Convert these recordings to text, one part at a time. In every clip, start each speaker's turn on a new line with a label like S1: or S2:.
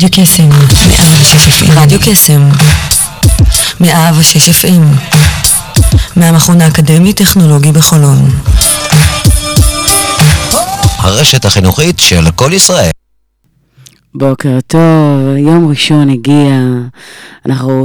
S1: רדיו קסם 106 FM. רדיו קסם 106 FM מהמכון האקדמי טכנולוגי בחולון.
S2: הרשת החינוכית של כל ישראל.
S3: בוקר טוב, יום ראשון הגיע, אנחנו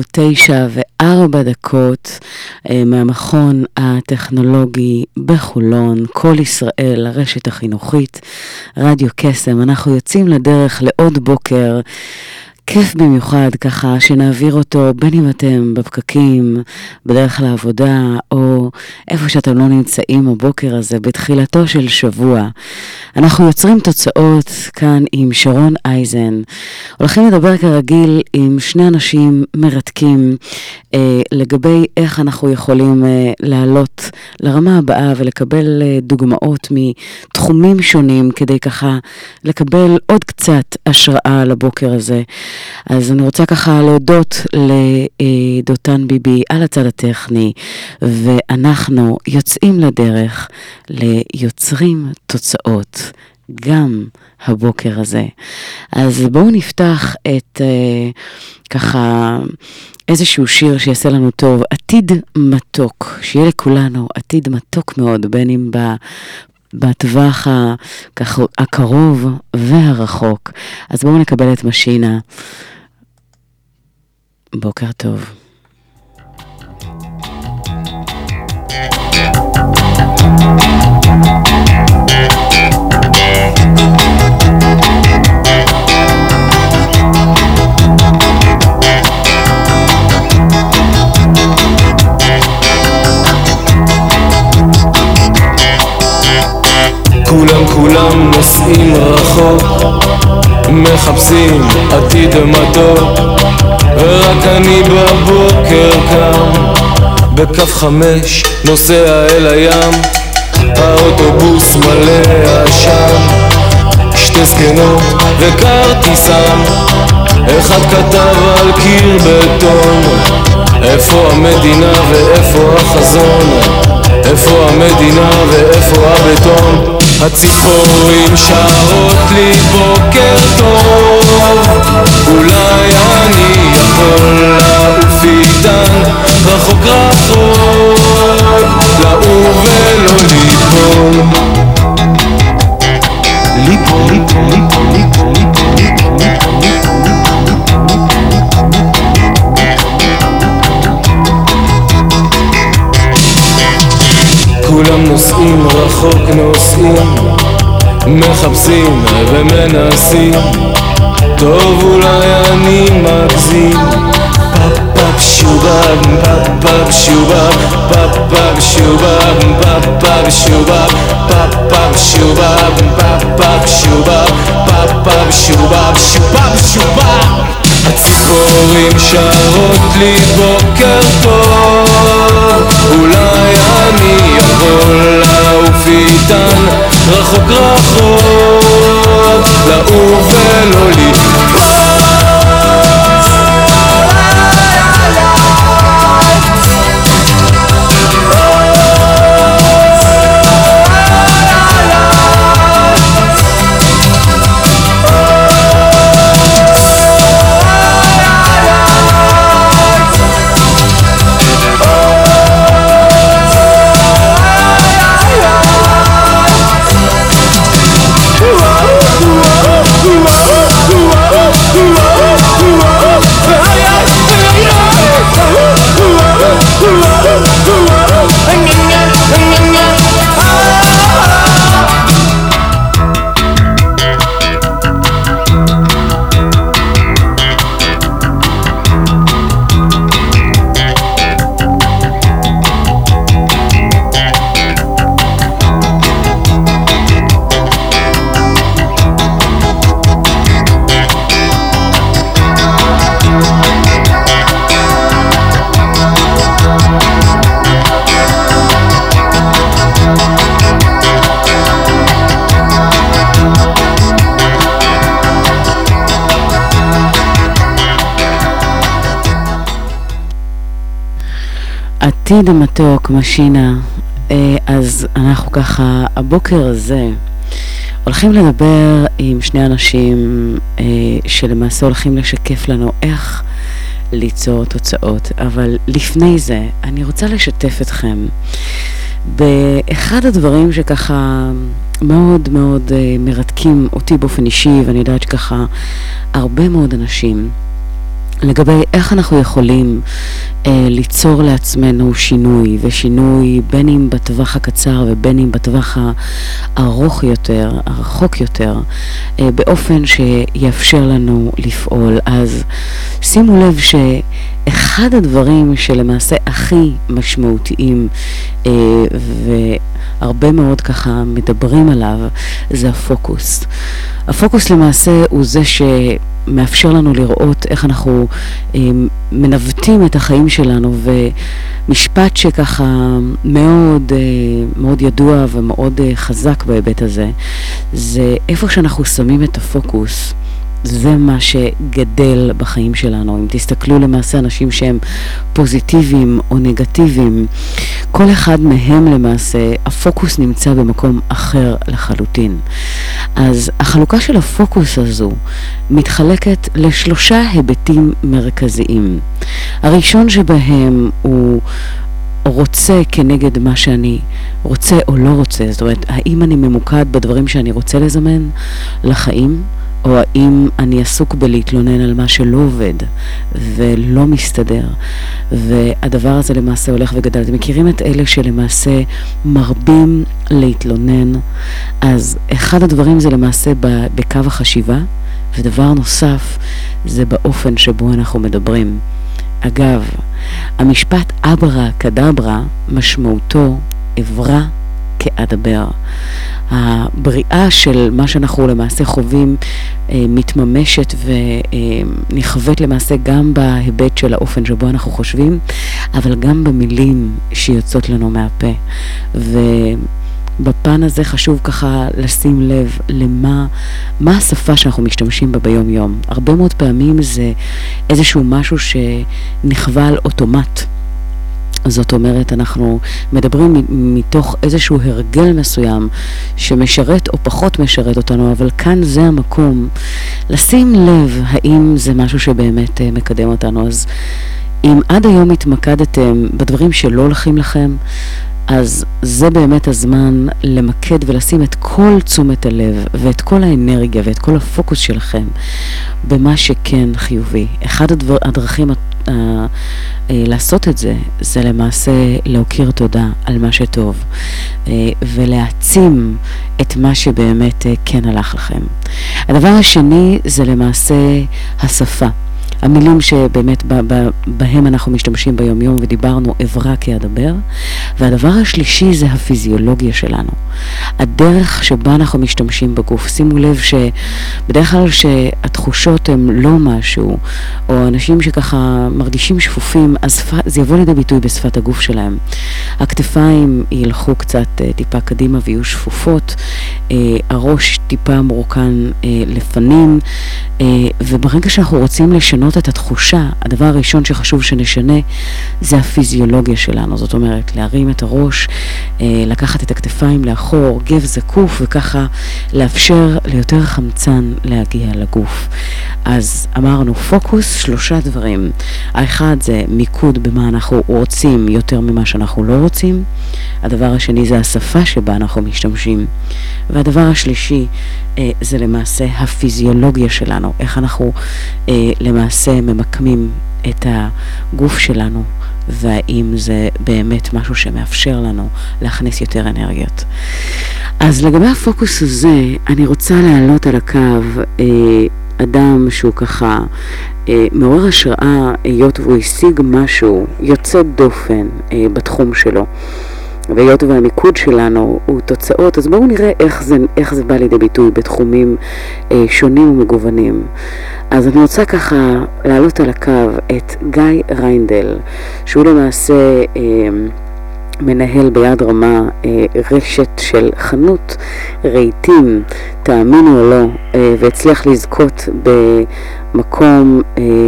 S3: 9:04 מהמכון הטכנולוגי בחולון, כל ישראל, הרשת החינוכית, רדיו קסם. אנחנו יוצאים לדרך לעוד בוקר, כיף במיוחד ככה שנעביר אותו בין אם אתם בפקקים, בדרך לעבודה או איפה שאתם לא נמצאים הבוקר הזה בתחילתו של שבוע. אנחנו יוצרים תוצאות כאן עם שרון אייזן. הולכים לדבר כרגיל עם שני אנשים מרתקים לגבי איך אנחנו יכולים לעלות לרמה הבאה ולקבל דוגמאות מתחומים שונים כדי ככה לקבל עוד קצת השראה לבוקר הזה. אז אני רוצה ככה להודות לדותן ביבי על הצד הטכני, ואנחנו יוצאים לדרך ליוצרים תוצאות גם הבוקר הזה. אז בואו נפתח את ככה איזשהו שיר שיעשה לנו טוב, עתיד מתוק, שיהיה לכולנו עתיד מתוק מאוד, בין אם בטווח הקרוב והרחוק. אז בואו נקבל את משינה. בוקר טוב.
S4: כולם נוסעים רחוק, מחפשים עתיד מתוק, ורק אני בבוקר קם, בקו 5 נוסע אל הים, האוטובוס מלא עשן, שתי זקנות וכרטיסן, אחד כתב על קיר בטון, איפה המדינה ואיפה החזון, איפה המדינה ואיפה הבטון. הציפורים שרות לי בוקר טוב, אולי אני יכול לעוף איתן רחוק רחוק, לעוף ולא ליפול, ליפול, ליפול, ליפול, ליפול, כולם נוסעים רחוק, נוסעים, מחפשים ומנסים, טוב אולי אני מגזים, פאפאפ שובב, פאפאפ שובב, פאפאפ שובב, פאפאפ שובב, פאפאפ שובב, פאפאפ שובב, פאפאפ שובב, שובב שובב. הציפורים שרות לי בוקר טוב, אולי אני יכול לעוף איתן רחוק רחוק, לעוף ולא ליפול.
S3: עתיד המתוק, משינה. אז אנחנו ככה, הבוקר הזה הולכים לדבר עם שני אנשים שלמעשה הולכים לשקף לנו איך ליצור תוצאות, אבל לפני זה אני רוצה לשתף אתכם באחד הדברים שככה מאוד מאוד מרתקים אותי באופן אישי, ואני יודעת שככה הרבה מאוד אנשים, לגבי איך אנחנו יכולים ליצור לעצמנו שינוי, ושינוי בין אם בטווח הקצר ובין אם בטווח הארוך יותר, הרחוק יותר, באופן שיאפשר לנו לפעול. אז שימו לב שאחד הדברים שלמעשה הכי משמעותיים והרבה מאוד ככה מדברים עליו זה הפוקוס. הפוקוס למעשה הוא זה שמאפשר לנו לראות איך אנחנו מנווטים את החיים שלנו, ומשפט שככה מאוד מאוד ידוע ומאוד חזק בהיבט הזה, זה איפה שאנחנו שמים את הפוקוס, זה מה שגדל בחיים שלנו. אם תסתכלו למעשה אנשים שהם פוזיטיביים או נגטיביים, כל אחד מהם למעשה הפוקוס נמצא במקום אחר לחלוטין. אז החלוקה של הפוקוס הזו מתחלקת לשלושה היבטים מרכזיים. הראשון שבהם הוא רוצה כנגד מה שאני רוצה או לא רוצה, זאת אומרת, האם אני ממוקד בדברים שאני רוצה לזמן לחיים, או האם אני עסוק בלהתלונן על מה שלא עובד ולא מסתדר, והדבר הזה למעשה הולך וגדל. אתם מכירים את אלה שלמעשה מרבים להתלונן? אז אחד הדברים זה למעשה בקו החשיבה, ודבר נוסף זה באופן שבו אנחנו מדברים. אגב, המשפט אברה כדברה משמעותו אברה כאדבר. הבריאה של מה שאנחנו למעשה חווים מתממשת ונכוות למעשה גם בהיבט של האופן שבו אנחנו חושבים, אבל גם במילים שיוצאות לנו מהפה. ובפן הזה חשוב ככה לשים לב למה השפה שאנחנו משתמשים בה ביום יום. הרבה מאוד פעמים זה איזשהו משהו שנכווה על אוטומט. זאת אומרת, אנחנו מדברים מתוך איזשהו הרגל מסוים שמשרת או פחות משרת אותנו, אבל כאן זה המקום לשים לב האם זה משהו שבאמת מקדם אותנו. אז אם עד היום התמקדתם בדברים שלא הולכים לכם, אז זה באמת הזמן למקד ולשים את כל תשומת הלב ואת כל האנרגיה ואת כל הפוקוס שלכם במה שכן חיובי. אחד הדרכים לעשות את זה, זה למעשה להוקיר תודה על מה שטוב ולהעצים את מה שבאמת כן הלך לכם. הדבר השני זה למעשה השפה. המילים שבאמת בהם אנחנו משתמשים ביום יום, ודיברנו אברה כאדבר. והדבר השלישי זה הפיזיולוגיה שלנו, הדרך שבה אנחנו משתמשים בגוף. שימו לב שבדרך כלל שהתחושות הן לא משהו, או אנשים שככה מרגישים שפופים, אז זה יבוא לידי ביטוי בשפת הגוף שלהם. הכתפיים ילכו קצת טיפה קדימה ויהיו שפופות, הראש טיפה מורכן לפנים, וברגע שאנחנו רוצים לשנות את התחושה, הדבר הראשון שחשוב שנשנה זה הפיזיולוגיה שלנו. זאת אומרת, להרים את הראש, לקחת את הכתפיים לאחור, גב זקוף, וככה לאפשר ליותר חמצן להגיע לגוף. אז אמרנו פוקוס, שלושה דברים. האחד זה מיקוד במה אנחנו רוצים יותר ממה שאנחנו לא רוצים. הדבר השני זה השפה שבה אנחנו משתמשים. והדבר השלישי זה למעשה הפיזיולוגיה שלנו, איך אנחנו למעשה ממקמים את הגוף שלנו, והאם זה באמת משהו שמאפשר לנו להכניס יותר אנרגיות. אז לגבי הפוקוס הזה, אני רוצה להעלות על הקו אדם שהוא ככה מעורר השראה, היות והוא השיג משהו יוצא דופן בתחום שלו. והיות והמיקוד שלנו הוא תוצאות, אז בואו נראה איך זה בא לידי ביטוי בתחומים שונים ומגוונים. אז אני רוצה ככה להעלות על הקו את גיא ריינדל, שהוא למעשה מנהל ביד רמה רשת של חנות רהיטים, תאמינו או לא, והצליח לזכות במקום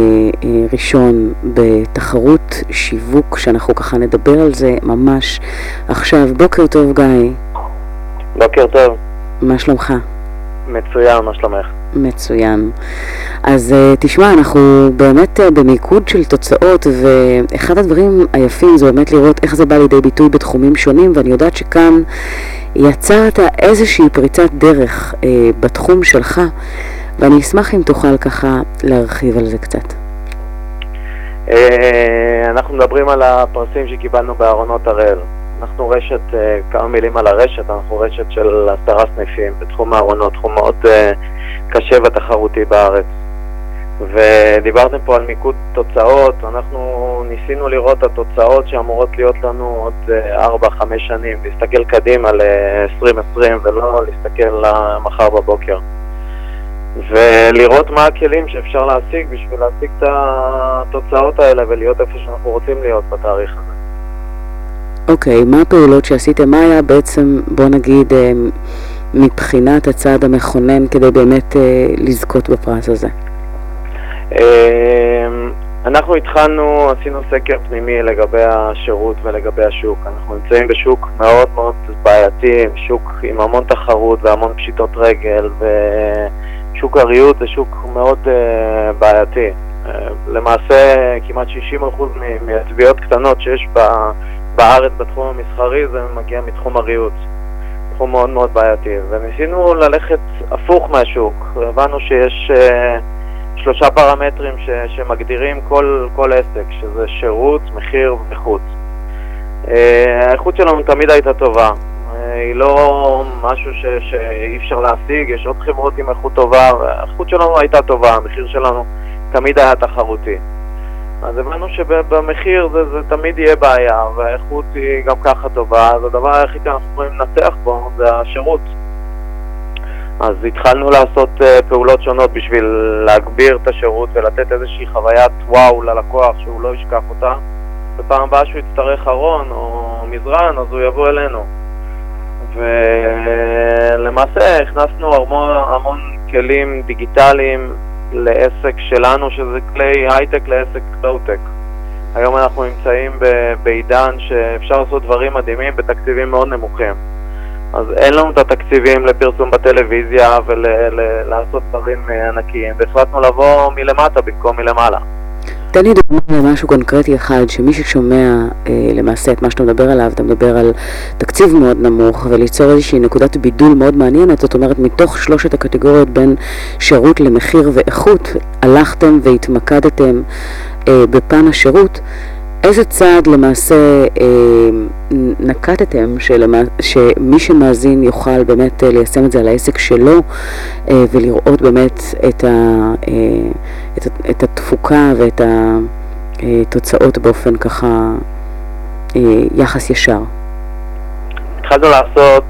S3: ראשון בתחרות שיווק, שאנחנו ככה נדבר על זה ממש עכשיו. בוקר טוב גיא.
S5: בוקר טוב.
S3: מה שלומך?
S5: מצוין, מה שלומך?
S3: מצוין. אז תשמע, אנחנו באמת במיקוד של תוצאות, ואחד הדברים היפים זה באמת לראות איך זה בא לידי ביטוי בתחומים שונים, ואני יודעת שכאן יצרת איזושהי פריצת דרך בתחום שלך, ואני אשמח אם תוכל ככה להרחיב על זה קצת.
S5: אנחנו מדברים על הפרסים שקיבלנו בארונות הראל. אנחנו רשת, כמה מילים על הרשת, אנחנו רשת של 10 סניפים בתחום הארונות, תחום מאוד קשה ותחרותי בארץ. ודיברתם פה על מיקוד תוצאות, אנחנו ניסינו לראות את התוצאות שאמורות להיות לנו עוד 4-5 שנים, להסתכל קדימה ל-2020 ולא להסתכל למחר בבוקר. ולראות מה הכלים שאפשר להשיג בשביל להשיג את התוצאות האלה ולהיות איפה שאנחנו רוצים להיות בתאריך הזה.
S3: אוקיי, מה הפעולות שעשיתם? מה היה בעצם, בוא נגיד, מבחינת הצעד המכונן כדי באמת לזכות בפרס הזה?
S5: אנחנו התחלנו, עשינו סקר פנימי לגבי השירות ולגבי השוק. אנחנו נמצאים בשוק מאוד מאוד בעייתי, שוק עם המון תחרות והמון פשיטות רגל, ושוק הריהוט זה שוק מאוד בעייתי. למעשה כמעט 60% מהתביעות קטנות שיש בארץ בתחום המסחרי זה מגיע מתחום הריהוט, תחום מאוד מאוד בעייתי, וניסינו ללכת הפוך מהשוק. הבנו שיש 3 פרמטרים שמגדירים כל עסק, שזה שירות, מחיר ואיכות. האיכות שלנו תמיד הייתה טובה, היא לא משהו שאי אפשר להשיג, יש עוד חברות עם איכות טובה, האיכות שלנו הייתה טובה, המחיר שלנו תמיד היה תחרותי. אז הבנו שבמחיר זה תמיד יהיה בעיה, והאיכות היא גם ככה טובה, אז הדבר היחיד שאנחנו יכולים לנצח בו זה השירות. אז התחלנו לעשות פעולות שונות בשביל להגביר את השירות ולתת איזושהי חוויית וואו ללקוח שהוא לא ישכח אותה. בפעם הבאה שהוא יצטרך ארון או מזרן, אז הוא יבוא אלינו. ולמעשה הכנסנו המון כלים דיגיטליים לעסק שלנו, שזה כלי הייטק לעסק קלאוטק. היום אנחנו נמצאים בעידן שאפשר לעשות דברים מדהימים בתקציבים מאוד נמוכים. אז אין לנו את התקציבים לפרסום בטלוויזיה ולעשות דברים ענקיים, והחלטנו לבוא מלמטה במקום מלמעלה.
S3: תן לי דוגמא למשהו קונקרטי אחד, שמי ששומע למעשה את מה שאתה מדבר עליו, אתה מדבר על תקציב מאוד נמוך, וליצור איזושהי נקודת בידול מאוד מעניינת. זאת אומרת, מתוך 3 הקטגוריות בין שירות למחיר ואיכות, הלכתם והתמקדתם בפן השירות. איזה צעד למעשה נקטתם שמי שמאזין יוכל באמת ליישם את זה על העסק שלו ולראות באמת את התפוקה ואת התוצאות באופן ככה יחס ישר?
S5: התחלנו לעשות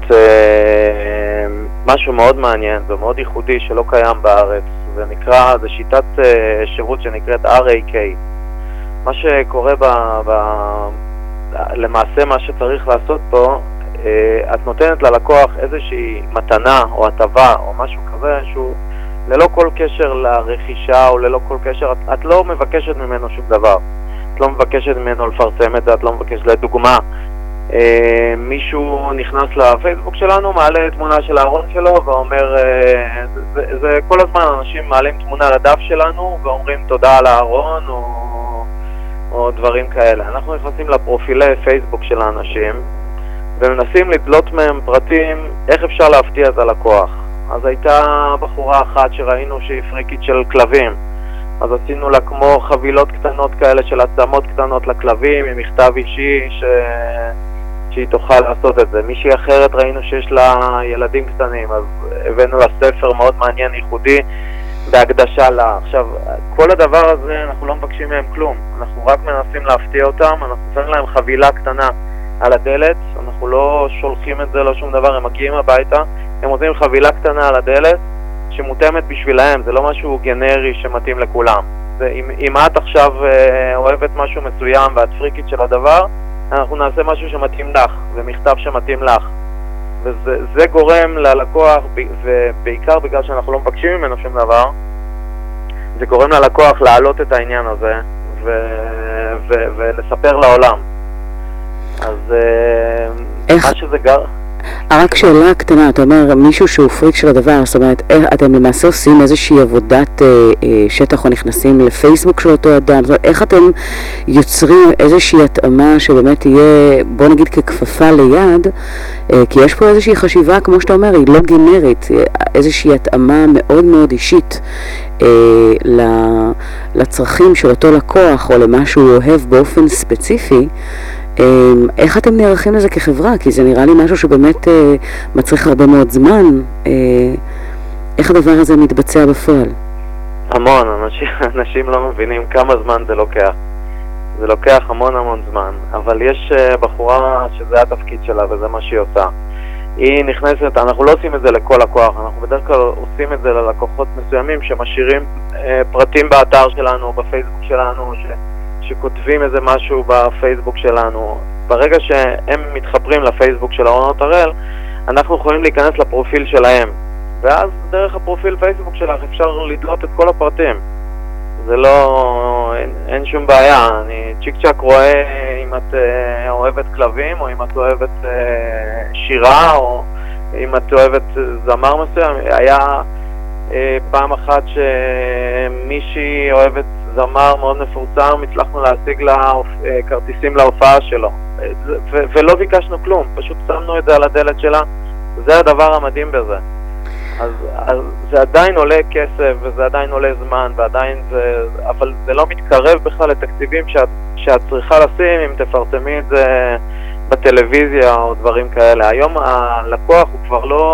S5: משהו מאוד מעניין ומאוד ייחודי שלא קיים בארץ, זה שיטת שירות שנקראת RAK. מה שקורה למעשה מה שצריך לעשות פה, את נותנת ללקוח איזושהי מתנה או הטבה או משהו כזה שהוא ללא כל קשר לרכישה או ללא כל קשר, את לא מבקשת ממנו שום דבר, את לא מבקשת ממנו לפרסם את זה, את לא מבקשת. לדוגמה, מישהו נכנס לפייסבוק שלנו, מעלה תמונה של הארון שלו ואומר, זה כל הזמן אנשים מעלים תמונה לדף שלנו ואומרים תודה על הארון או דברים כאלה. אנחנו נכנסים לפרופילי פייסבוק של האנשים ומנסים לדלות מהם פרטים איך אפשר להפתיע את הלקוח. אז הייתה בחורה אחת שראינו שהיא פריקית של כלבים, אז עשינו לה כמו חבילות קטנות כאלה של עצמות קטנות לכלבים עם מכתב אישי שהיא תוכל לעשות את זה. מישהי אחרת ראינו שיש לה ילדים קטנים, אז הבאנו לה ספר מאוד מעניין ייחודי בהקדשה לה. עכשיו, כל הדבר הזה אנחנו לא מבקשים מהם כלום, אנחנו רק מנסים להפתיע אותם, אנחנו שמים להם חבילה קטנה על הדלת, אנחנו לא שולחים את זה, לא שום דבר, הם מגיעים הביתה, הם עושים חבילה קטנה על הדלת שמותאמת בשבילהם, זה לא משהו גנרי שמתאים לכולם. אם את עכשיו אוהבת משהו מסוים ואת פריקית של הדבר, אנחנו נעשה משהו שמתאים לך ומכתב שמתאים לך. וזה גורם ללקוח, ובעיקר בגלל שאנחנו לא מבקשים ממנו שום דבר, זה גורם ללקוח להעלות את העניין הזה ולספר לעולם. אז מה שזה
S3: רק שאלה קטנה, אתה אומר מישהו שהוא פריק של הדבר, זאת אומרת, אתם למעשה עושים איזושהי עבודת שטח או נכנסים לפייסבוק של אותו אדם, זאת אומרת, איך אתם יוצרים איזושהי התאמה שבאמת תהיה, בוא נגיד ככפפה ליד, כי יש פה איזושהי חשיבה, כמו שאתה אומר, היא לא גנרית, איזושהי התאמה מאוד מאוד אישית לצרכים של אותו לקוח או למה שהוא אוהב באופן ספציפי. איך אתם נערכים לזה כחברה? כי זה נראה לי משהו שבאמת מצריך הרבה מאוד זמן. איך הדבר הזה מתבצע בפועל?
S5: המון, אנשים לא מבינים כמה זמן זה לוקח. זה לוקח המון זמן, אבל יש בחורה שזה התפקיד שלה וזה מה שהיא עושה. היא נכנסת, אנחנו לא עושים את זה לכל לקוח, אנחנו בדרך כלל עושים את זה ללקוחות מסוימים שמשאירים פרטים באתר שלנו או בפייסבוק שלנו, שכותבים איזה משהו בפייסבוק שלנו. ברגע שהם מתחברים לפייסבוק של ארונות הראל, אנחנו יכולים להיכנס לפרופיל שלהם, ואז דרך הפרופיל פייסבוק שלך אפשר לדלות את כל הפרטים. זה לא, אין שום בעיה. אני צ'יק צ'ק רואה אם את אוהבת כלבים, או אם את אוהבת שירה, או אם את אוהבת זמר מסוים. היה פעם אחת שמישהי אוהבת זמר מאוד מפורסם, הצלחנו להשיג לה כרטיסים להופעה שלו, ולא ביקשנו כלום, פשוט שמנו את זה על הדלת שלה. זה הדבר המדהים בזה. אז זה עדיין עולה כסף, וזה עדיין עולה זמן, אבל זה לא מתקרב בכלל לתקציבים שאת צריכה לשים אם תפרסמי את זה בטלוויזיה או דברים כאלה. היום הלקוח הוא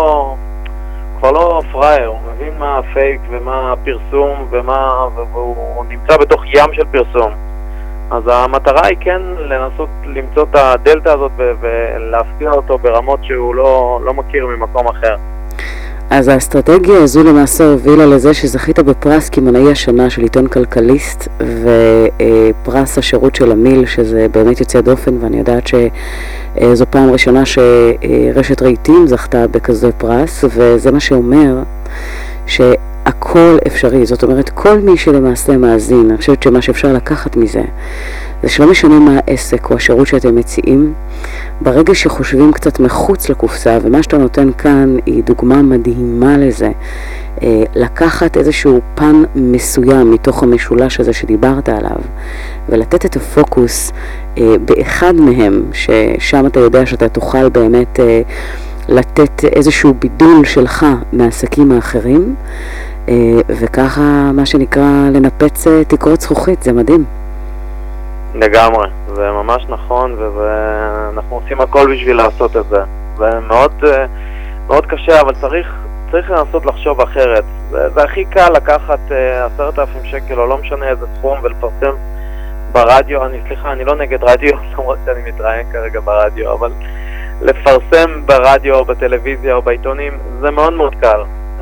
S5: כבר לא פרייר, הוא מבין מה הפייק ומה הפרסום והוא נמצא בתוך ים של פרסום. אז המטרה היא כן לנסות למצוא את הדלטה הזאת ולהפתיע אותו ברמות שהוא לא מכיר ממקום אחר.
S3: אז האסטרטגיה הזו למעשה הובילה לזה שזכית בפרס קמעונאי השנה של עיתון כלכליסט ופרס השירות של המיל, שזה באמת יוצא דופן, ואני יודעת שזו פעם ראשונה שרשת רהיטים זכתה בכזה פרס, וזה מה שאומר שהכל אפשרי. זאת אומרת, כל מי שלמעשה מאזין, אני חושבת שמה שאפשר לקחת מזה זה שלא משנה מה העסק או השירות שאתם מציעים, ברגע שחושבים קצת מחוץ לקופסה, ומה שאתה נותן כאן היא דוגמה מדהימה לזה, לקחת איזשהו פן מסוים מתוך המשולש הזה שדיברת עליו, ולתת את הפוקוס באחד מהם, ששם אתה יודע שאתה תוכל באמת לתת איזשהו בידול שלך מהעסקים האחרים, וככה מה שנקרא לנפץ תקרות זכוכית. זה מדהים.
S5: לגמרי, זה ממש נכון, ואנחנו עושים הכל בשביל לעשות את זה. זה מאוד קשה, אבל צריך לנסות לחשוב אחרת. זה הכי קל לקחת 10,000 שקל או לא משנה איזה סכום ולפרסם ברדיו. אני לא נגד רדיו, למרות שאני מתראיין כרגע ברדיו, אבל לפרסם ברדיו או בטלוויזיה או בעיתונים זה מאוד קל.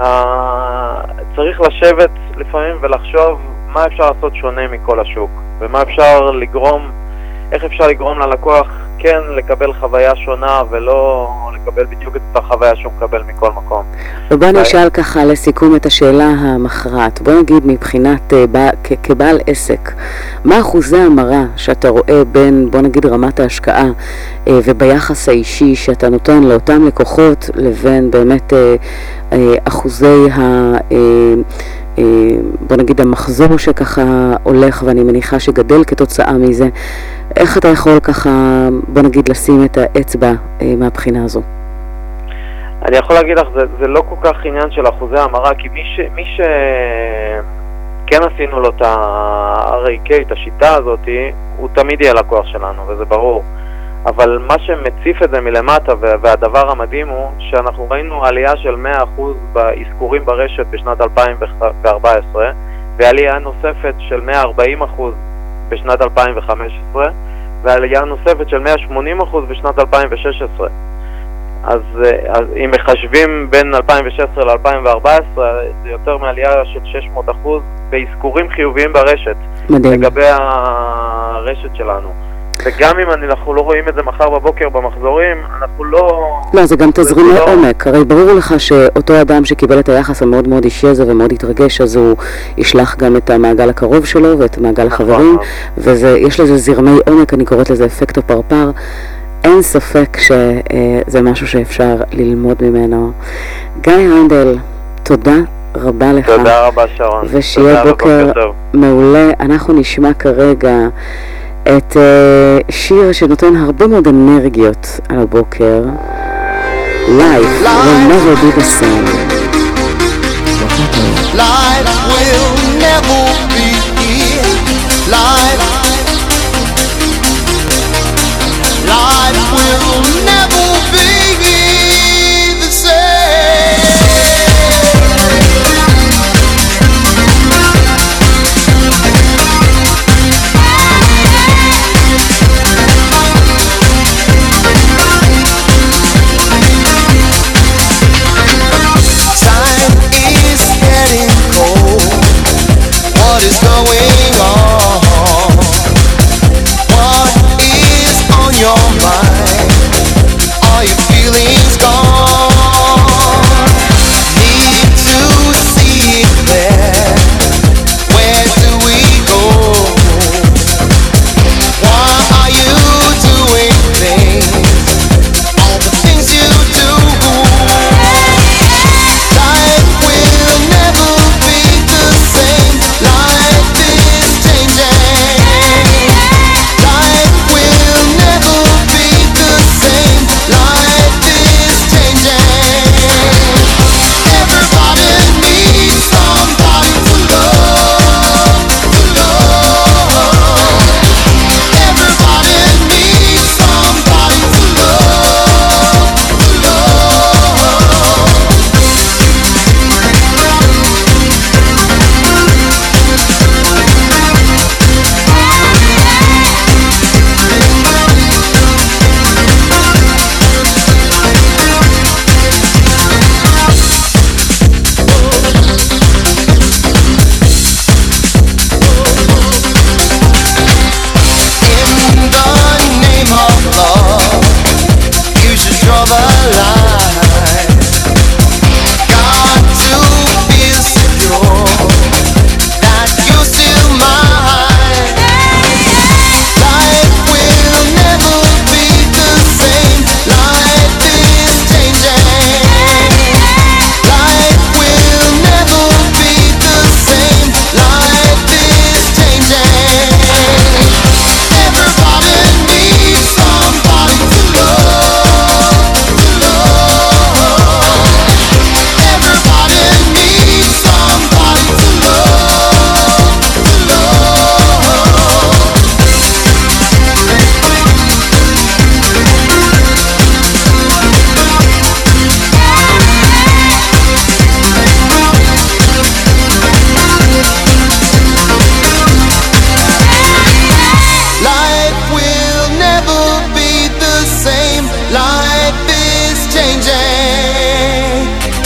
S5: צריך לשבת לפעמים ולחשוב מה אפשר לעשות שונה מכל השוק, ומה אפשר לגרום, איך אפשר לגרום ללקוח כן לקבל חוויה שונה ולא לקבל בדיוק את החוויה שהוא מקבל מכל מקום.
S3: ובוא נשאל ככה לסיכום את השאלה המכרעת. בוא נגיד מבחינת כבעל עסק, מה אחוזי המרה שאתה רואה בין, בוא נגיד, רמת ההשקעה וביחס האישי שאתה נותן לאותם לקוחות לבין באמת אחוזי בוא נגיד המחזור שככה הולך, ואני מניחה שגדל כתוצאה מזה. איך אתה יכול ככה, בוא נגיד, לשים את האצבע מהבחינה הזו?
S5: אני יכול להגיד לך, זה לא כל כך עניין של אחוזי המרה, כי מי שכן עשינו לו את ה-RAK, את השיטה הזאת, הוא תמיד יהיה לקוח שלנו, וזה ברור. אבל מה שמציף את זה מלמטה, והדבר המדהים הוא שאנחנו ראינו עלייה של 100% באזכורים ברשת בשנת 2014, ועלייה נוספת של 140% בשנת 2015, ועלייה נוספת של 180% בשנת 2016. אז אם מחשבים בין 2016 ל-2014, זה יותר מעלייה של 600% באזכורים חיוביים ברשת. מדהים. לגבי הרשת שלנו. וגם אם אנחנו לא רואים את זה מחר בבוקר במחזורים, אנחנו לא...
S3: לא, זה גם תזרימי עומק. הרי ברור לך שאותו אדם שקיבל את היחס המאוד מאוד אישי הזה ומאוד התרגש, אז הוא ישלח גם את המעגל הקרוב שלו ואת מעגל החברים, ויש לזה זרמי עומק, אני קוראת לזה אפקט הפרפר. אין ספק שזה משהו שאפשר ללמוד ממנו. גיא הרנדל, תודה רבה לך.
S5: תודה רבה שרון.
S3: ושיהיה בוקר מעולה. אנחנו נשמע כרגע את שיר שנותן הרבה מאוד אנרגיות על הבוקר. Life will never be the same.
S6: Life will never be life will never be the same. Time is getting cold. What is going on? What is on your mind? Are your feelings gone? Need to see it clear. Where do we go? Why are you doing things? All the things you do. Life will never be the same. Life is changing. Life will never be the same. Life is changing. Everybody needs somebody to love, to love. Everybody needs somebody to love, to love. In the name of love, you should draw the line. Got to feel secure that you're still mine. Life will never be the same. Life is changing. Life will never be the same. Life is changing. Everybody needs somebody to love, to love. Everybody needs somebody to love, to love. Life will never be the same. Life is changing.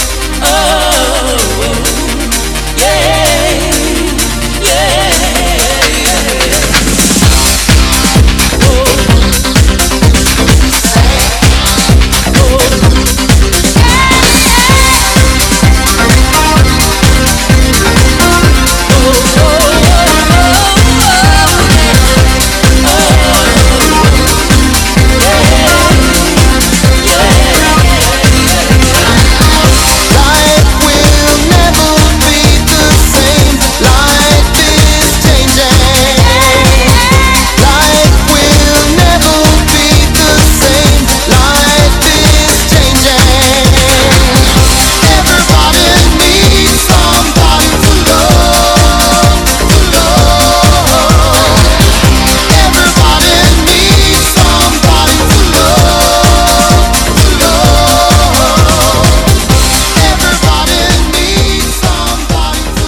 S6: Life will never be the same. Life is changing. Life will never be the same. Life is changing. Everybody needs somebody to love, to love. Everybody needs somebody to love, to love. Everybody needs somebody to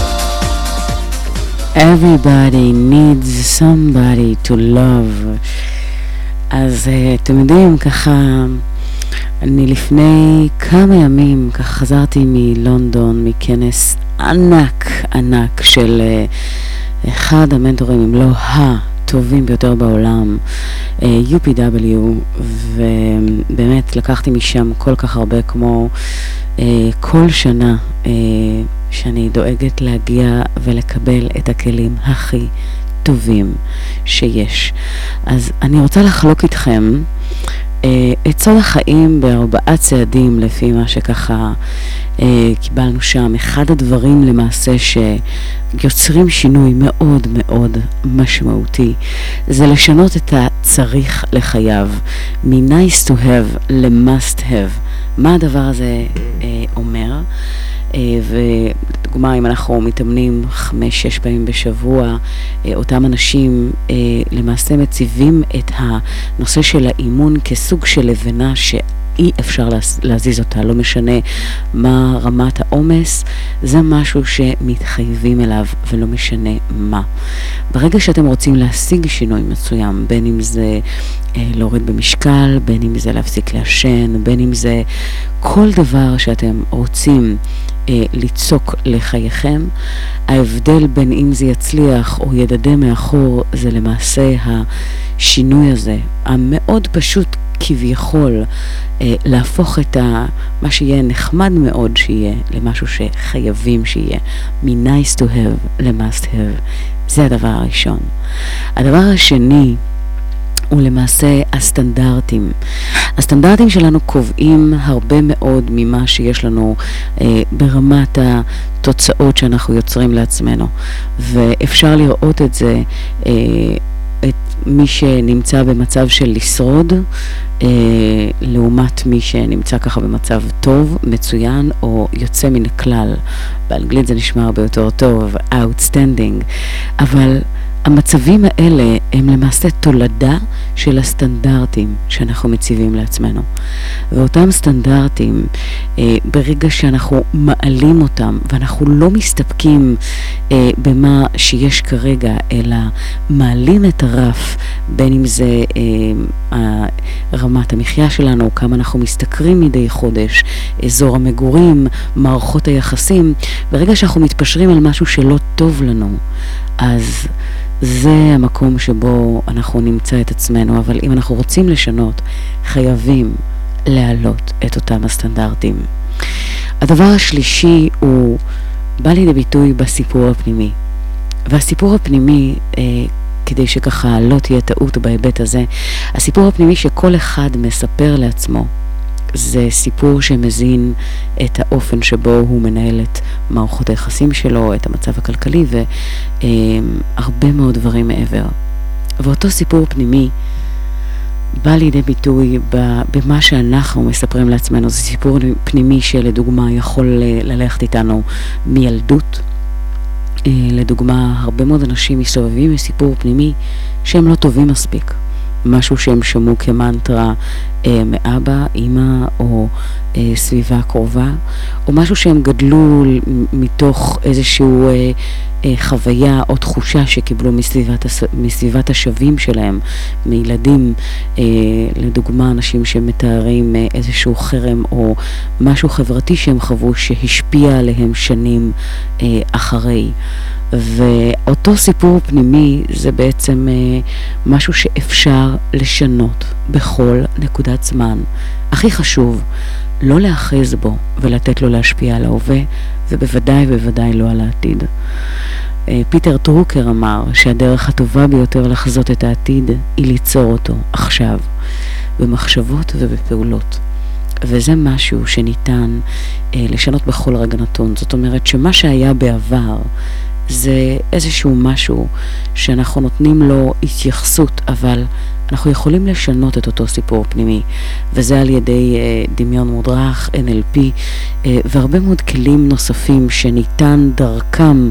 S6: love.
S3: Everybody needs somebody to love. אז אתם יודעים, ככה, אני לפני כמה ימים ככה חזרתי מלונדון, מכנס ענק של אחד המנטורים, אם לא הטובים ביותר בעולם, UPW, ובאמת לקחתי משם כל כך הרבה, כמו כל שנה שאני דואגת להגיע ולקבל את הכלים הכי טובים שיש. אז אני רוצה לחלוק איתכם את סוד החיים ב4 צעדים לפי מה שככה קיבלנו שם. אחד הדברים למעשה שיוצרים שינוי מאוד מאוד משמעותי זה לשנות את הצריך לחייו מ-nice to have ל-must have. מה הדבר הזה אומר? ודוגמה, אם אנחנו מתאמנים 5-6 פעמים בשבוע, אותם אנשים למעשה מציבים את הנושא של האימון כסוג של לבנה שאי אפשר להזיז אותה, לא משנה מה רמת העומס, זה משהו שמתחייבים אליו ולא משנה מה. ברגע שאתם רוצים להשיג שינוי מסוים, בין אם זה להוריד במשקל, בין אם זה להפסיק לעשן, בין אם זה כל דבר שאתם רוצים ליצוק לחייכם, ההבדל בין אם זה יצליח או ידדה מאחור זה למעשה השינוי הזה, המאוד פשוט כביכול, להפוך את מה שיהיה נחמד מאוד שיהיה למשהו שחייבים שיהיה, מ-nice to have ל-must have. זה הדבר הראשון. הדבר השני הוא למעשה הסטנדרטים. הסטנדרטים שלנו קובעים הרבה מאוד ממה שיש לנו ברמת התוצאות שאנחנו יוצרים לעצמנו. ואפשר לראות את זה, את מי שנמצא במצב של לשרוד, לעומת מי שנמצא ככה במצב טוב, מצוין, או יוצא מן הכלל. באנגלית זה נשמע הרבה יותר טוב, outstanding. אבל המצבים האלה הם למעשה תולדה של הסטנדרטים שאנחנו מציבים לעצמנו. ואותם סטנדרטים, ברגע שאנחנו מעלים אותם, ואנחנו לא מסתפקים במה שיש כרגע, אלא מעלים את הרף, בין אם זה רמת המחיה שלנו, כמה אנחנו משתכרים מדי חודש, אזור המגורים, מערכות היחסים, ברגע שאנחנו מתפשרים על משהו שלא טוב לנו, אז זה המקום שבו אנחנו נמצא את עצמנו. אבל אם אנחנו רוצים לשנות, חייבים להעלות את אותם הסטנדרטים. הדבר השלישי הוא בא לידי ביטוי בסיפור הפנימי. והסיפור הפנימי, כדי שככה לא תהיה טעות בהיבט הזה, הסיפור הפנימי שכל אחד מספר לעצמו, זה סיפור שמזין את האופן שבו הוא מנהל את מערכות היחסים שלו, את המצב הכלכלי והרבה מאוד דברים מעבר. ואותו סיפור פנימי בא לידי ביטוי במה שאנחנו מספרים לעצמנו. זה סיפור פנימי שלדוגמה יכול ללכת איתנו מילדות. לדוגמה, הרבה מאוד אנשים מסתובבים מסיפור פנימי שהם לא טובים מספיק. משהו שהם שמעו כמנטרה מאבא, אמא או סביבה קרובה, או משהו שהם גדלו מתוך איזשהו חוויה או תחושה שקיבלו מסביבת השווים שלהם, מילדים, לדוגמה אנשים שמתארים איזשהו חרם או משהו חברתי שהם חוו שהשפיע עליהם שנים אחרי. ואותו סיפור פנימי זה בעצם משהו שאפשר לשנות בכל נקודת זמן. הכי חשוב, לא להאחז בו ולתת לו להשפיע על ההווה, ובוודאי לא על העתיד. פיטר טרוקר אמר שהדרך הטובה ביותר לחזות את העתיד היא ליצור אותו עכשיו, במחשבות ובפעולות. וזה משהו שניתן לשנות בכל רגע נתון. זאת אומרת שמה שהיה בעבר זה איזשהו משהו שאנחנו נותנים לו התייחסות, אבל אנחנו יכולים לשנות את אותו סיפור פנימי, וזה על ידי דמיון מודרך, NLP, והרבה מאוד כלים נוספים שניתן דרכם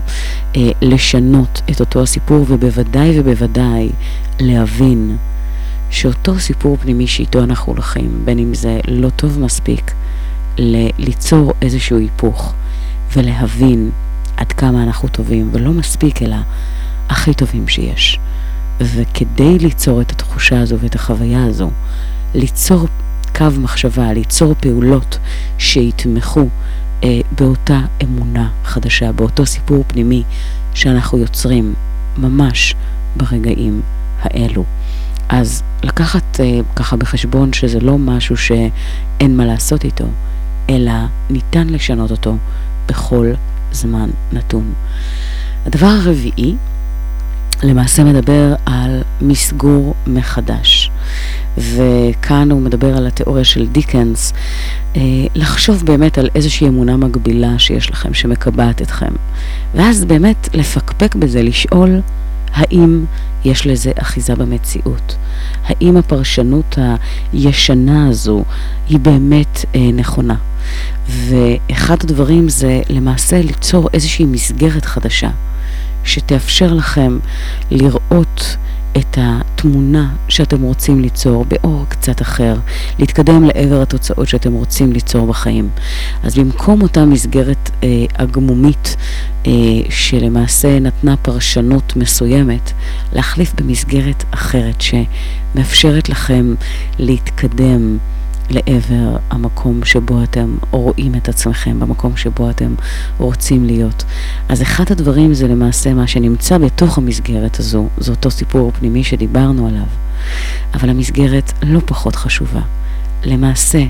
S3: לשנות את אותו הסיפור, ובוודאי להבין שאותו סיפור פנימי שאיתו אנחנו הולכים, בין אם זה לא טוב מספיק, ליצור איזשהו היפוך ולהבין עד כמה אנחנו טובים, ולא מספיק אלא הכי טובים שיש. וכדי ליצור את התחושה הזו ואת החוויה הזו, ליצור קו מחשבה, ליצור פעולות שיתמכו באותה אמונה חדשה, באותו סיפור פנימי שאנחנו יוצרים ממש ברגעים האלו. אז לקחת ככה בחשבון שזה לא משהו שאין מה לעשות איתו, אלא ניתן לשנות אותו בכל זמן נתון. הדבר הרביעי למעשה מדבר על מסגור מחדש. וכאן הוא מדבר על התיאוריה של דיקנס, לחשוב באמת על איזושהי אמונה מגבילה שיש לכם, שמקבעת אתכם. ואז באמת לפקפק בזה, לשאול האם יש לזה אחיזה במציאות. האם הפרשנות הישנה הזו היא באמת נכונה. ואחד הדברים זה למעשה ליצור איזושהי מסגרת חדשה, שתאפשר לכם לראות את התמונה שאתם רוצים ליצור באור קצת אחר, להתקדם לעבר התוצאות שאתם רוצים ליצור בחיים. אז במקום אותה מסגרת הגמומית שלמעשה נתנה פרשנות מסוימת, להחליף במסגרת אחרת שמאפשרת לכם להתקדם לעבר המקום שבו אתם רואים את עצמכם, במקום שבו אתם רוצים להיות. אז אחד הדברים זה למעשה מה שנמצא בתוך המסגרת הזו, זה אותו סיפור פנימי שדיברנו עליו. אבל המסגרת לא פחות חשובה. למעשה,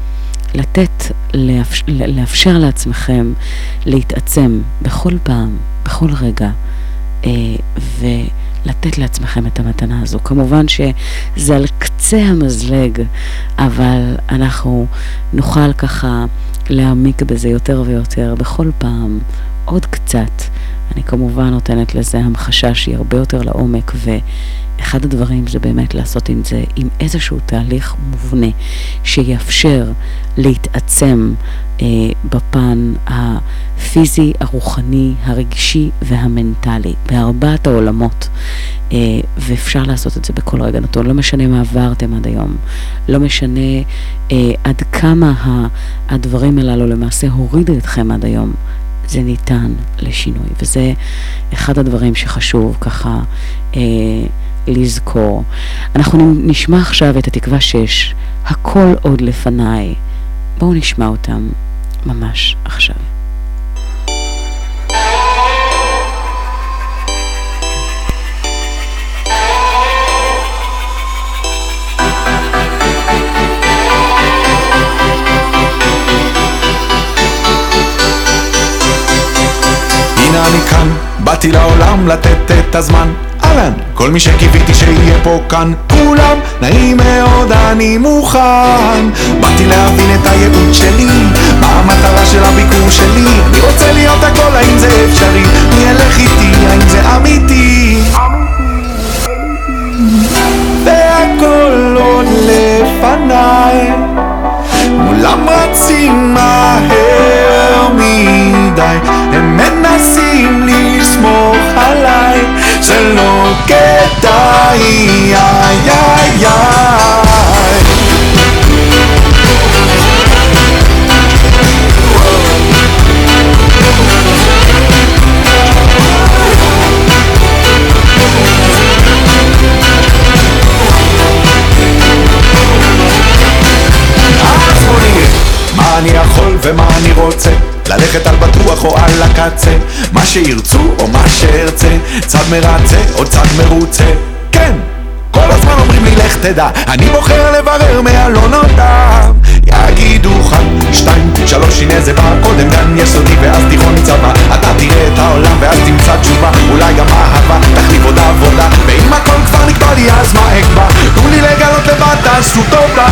S3: לאפשר לעצמכם להתעצם בכל פעם, בכל רגע, ולתת לעצמכם את המתנה הזו. כמובן שזה על קצה המזלג, אבל אנחנו נוכל ככה להעמיק בזה יותר ויותר בכל פעם, עוד קצת. אני כמובן נותנת לזה המחשה שהיא הרבה יותר לעומק, ואחד הדברים זה באמת לעשות עם זה, עם איזשהו תהליך מובנה, שיאפשר להתעצם בפן הפיזי, הרוחני, הרגשי והמנטלי, בארבעת העולמות. ואפשר לעשות את זה בכל רגע נתון. לא משנה מה עברתם עד היום, לא משנה עד כמה הדברים הללו למעשה הורידו אתכם עד היום, זה ניתן לשינוי, וזה אחד הדברים שחשוב ככה לזכור. אנחנו נשמע עכשיו את התקווה 6, הכל עוד לפניי. בואו נשמע אותם ממש עכשיו.
S7: הנה אני כאן, באתי לעולם לתת את הזמן. אהלן, כל מי שקיוויתי שיהיה פה כאן, כולם נעים מאוד, אני מוכן. באתי להבין את הייעוד שלי, מה המטרה של הביקור שלי. אני רוצה להיות הכל, האם זה אפשרי? מי ילך איתי, האם זה אמיתי? והכל עוד לפניי, כולם רצים מהר מדי, הם מנסים לסמוך עליי, זה לא כדאי, איי איי איי. מה אני יכול ומה אני רוצה, ללכת על בטוח או על הקצה, מה שירצו או מה שארצה, צד מרצה או צד מרוצה. כן, כל הזמן אומרים לי לך תדע, אני בוחר לברר מהלא נודע. יגידו 1, 2, 3, הנה זה בא, קודם גן יסודי ואז תיכון צבא. אתה תראה את העולם ואז תמצא תשובה, אולי גם אהבה תחליף עוד עבודה. ואם הכל כבר נקבע לי אז מה אקבע, תנו לי לגלות לבד, תעשו טובה.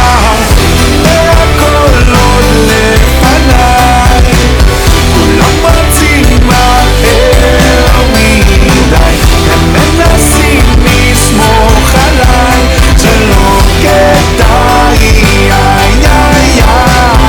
S7: והכל עוד לפניי, כולם רצים מהר מדי, הם מנסים לסמוך עליי, זה לא כדאי, איי איי איי.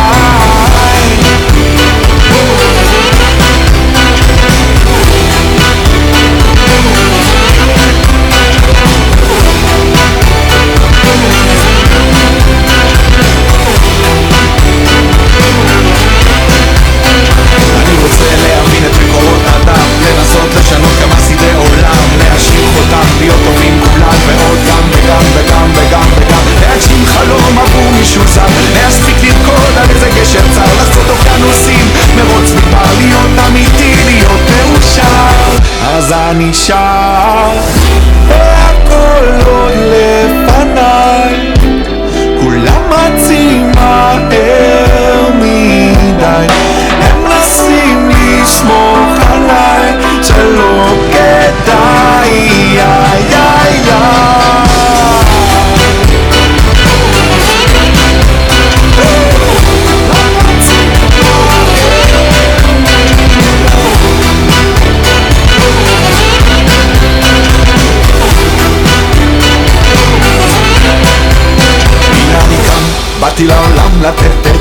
S7: לנסות לשנות כמה סדרי עולם, להשאיר חותם, להיות טובים כולם, ועוד גם וגם וגם וגם וגם, להגשים חלום עבור מישהו זר, להספיק לרקוד על איזה גשר צר, לעשות אוקיינוסים, מרוץ מדבר, להיות אמיתי, להיות מאושר. אז אני שר, והכל עוד לפניי, כולם רצים מהר מדי, הם נסים לסמוך עליי, זה לא כדאי, איי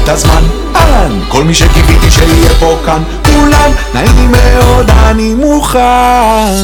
S7: את הזמן. אהלן, כל מי שקיוויתי שיהיה פה כאן, כולם נעים מאוד, אני מוכן.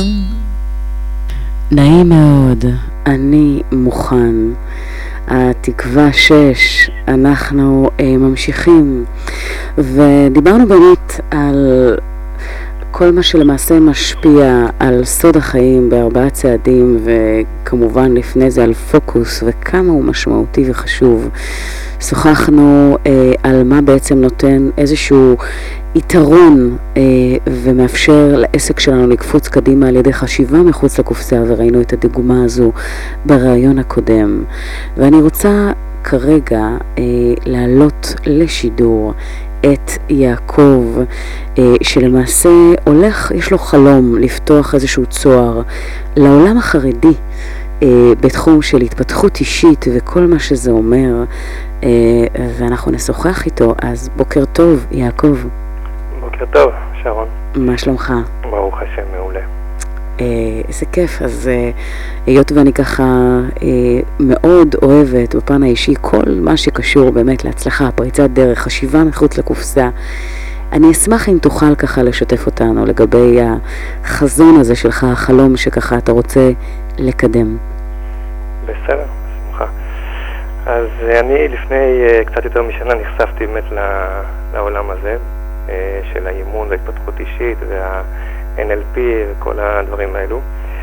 S3: נעים מאוד, אני מוכן. התקווה 6, אנחנו ממשיכים, ודיברנו באמת על כל מה שלמעשה משפיע על סוד החיים ב4 צעדים, וכמובן לפני זה על פוקוס וכמה הוא משמעותי וחשוב. שוחחנו על מה בעצם נותן איזשהו יתרון ומאפשר לעסק שלנו לקפוץ קדימה על ידי חשיבה מחוץ לקופסה, וראינו את הדוגמה הזו ברעיון הקודם. ואני רוצה כרגע להעלות לשידור את יעקב, שלמעשה הולך, יש לו חלום לפתוח איזשהו צוהר לעולם החרדי בתחום של התפתחות אישית וכל מה שזה אומר, ואנחנו נשוחח איתו. אז בוקר טוב יעקב.
S8: בוקר טוב שרון.
S3: מה שלומך?
S8: ברוך השם, מעולה.
S3: איזה כיף. אז היות ואני ככה מאוד אוהבת בפן האישי כל מה שקשור באמת להצלחה, פריצת דרך, חשיבה מחוץ לקופסה, אני אשמח אם תוכל ככה לשתף אותנו לגבי החזון הזה שלך, החלום שככה אתה רוצה לקדם.
S8: בסדר, שמחה. אז אני לפני קצת יותר משנה נחשפתי באמת לעולם הזה של האימון וההתפתחות אישית וה-NLP וכל הדברים האלו,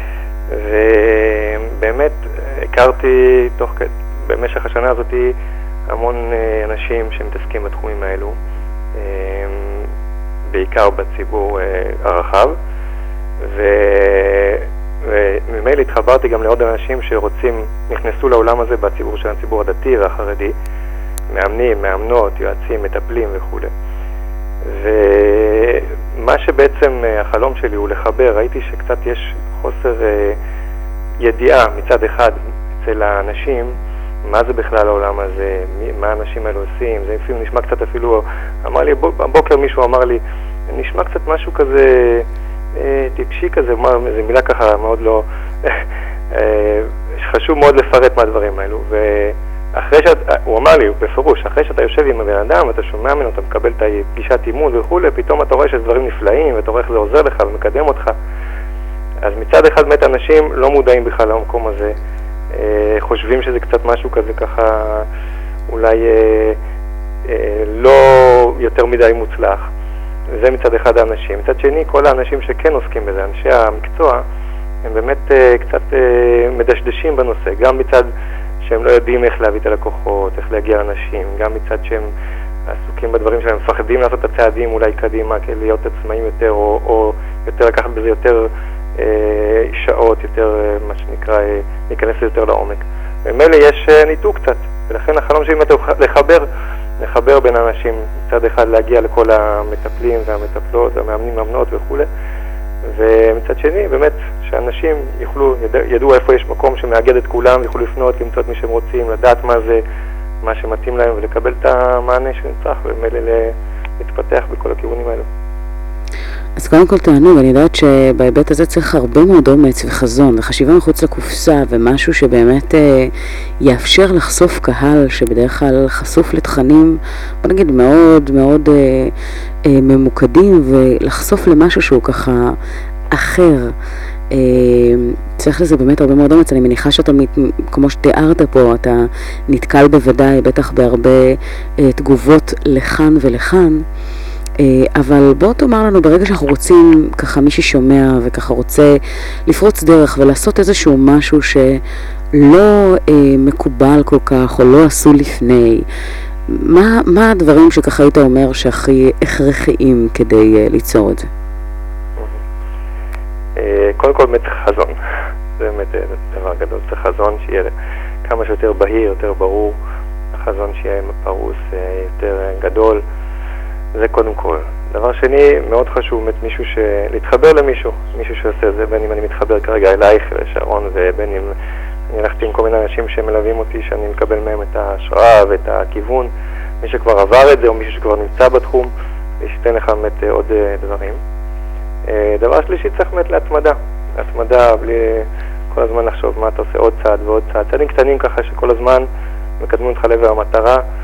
S8: ובאמת הכרתי במשך השנה הזאת המון אנשים שמתעסקים בתחומים האלו, בעיקר בציבור הרחב, וממילא התחברתי גם לעוד אנשים נכנסו לעולם הזה בציבור של הציבור הדתי והחרדי, מאמנים, מאמנות, יועצים, מטפלים וכו'. ומה שבעצם החלום שלי הוא לחבר, ראיתי שקצת יש חוסר ידיעה מצד אחד אצל האנשים, מה זה בכלל העולם הזה, מה האנשים האלו עושים. זה אפילו נשמע קצת, אפילו אמר לי, בבוקר מישהו אמר לי, נשמע קצת משהו כזה טיפשי כזה, זו מילה ככה מאוד לא, חשוב מאוד לפרט מהדברים האלו. ואחרי הוא אמר לי בפירוש, אחרי שאתה יושב עם הבן אדם ואתה שומע ממנו, אתה מקבל את פגישת אימון וכו', פתאום אתה רואה שזה דברים נפלאים ואתה רואה איך זה עוזר לך ומקדם אותך. אז מצד אחד באמת אנשים לא מודעים בכלל למקום הזה, חושבים שזה קצת משהו כזה ככה אולי לא יותר מדי מוצלח. זה מצד אחד האנשים. מצד שני, כל האנשים שכן עוסקים בזה, אנשי המקצוע, הם באמת קצת מדשדשים בנושא, גם מצד שהם לא יודעים איך להביא את הלקוחות, איך להגיע לאנשים, גם מצד שהם עסוקים בדברים שלהם, מפחדים לעשות את הצעדים אולי קדימה, להיות עצמאים יותר, או יותר לקחת בזה יותר שעות, יותר מה שנקרא, להיכנס יותר לעומק. ומילא יש ניתוק קצת, ולכן החלום שלי לחבר בין אנשים, מצד אחד להגיע לכל המטפלים והמטפלות והמאמנים, מאמנות וכו', ומצד שני באמת שאנשים ידעו איפה יש מקום שמאגד את כולם, יוכלו לפנות, למצוא את מי שהם רוצים, לדעת מה זה, מה שמתאים להם, ולקבל את המענה שנצטרך, ומילא להתפתח בכל הכיוונים האלו.
S3: אז קודם כל תענוג, אני יודעת שבהיבט הזה צריך הרבה מאוד אומץ וחזון וחשיבה מחוץ לקופסה, ומשהו שבאמת יאפשר לחשוף קהל שבדרך כלל חשוף לתכנים, בוא נגיד מאוד מאוד ממוקדים, ולחשוף למשהו שהוא ככה אחר. צריך לזה באמת הרבה מאוד אומץ. אני מניחה שאתה, כמו שתיארת פה, אתה נתקל בוודאי בטח בהרבה תגובות לכאן ולכאן, אבל בוא תאמר לנו, ברגע שאנחנו רוצים, ככה מי ששומע וככה רוצה לפרוץ דרך ולעשות איזשהו משהו שלא מקובל כל כך או לא עשו לפני, מה הדברים שככה היית אומר שהכי הכרחיים כדי ליצור את זה?
S8: קודם כל באמת חזון, זה באמת דבר גדול, זה חזון שיהיה כמה שיותר בהיר, יותר ברור, החזון שיהיה פרוס יותר גדול, זה קודם כל. דבר שני, מאוד חשוב באמת להתחבר למישהו, מישהו שעושה זה, בין אם אני מתחבר כרגע אלייך, לשרון, ובין אם אני הלכתי עם כל מיני אנשים שמלווים אותי, שאני מקבל מהם את ההשראה ואת הכיוון, מי שכבר עבר את זה או מישהו שכבר נמצא בתחום, וישתן לך באמת עוד דברים. דבר שלישי, צריך באמת להתמדה, בלי כל הזמן לחשוב מה אתה עושה עוד צעד ועוד צעד, צעדים קטנים ככה שכל הזמן מקדמים אותך לעבר המטרה,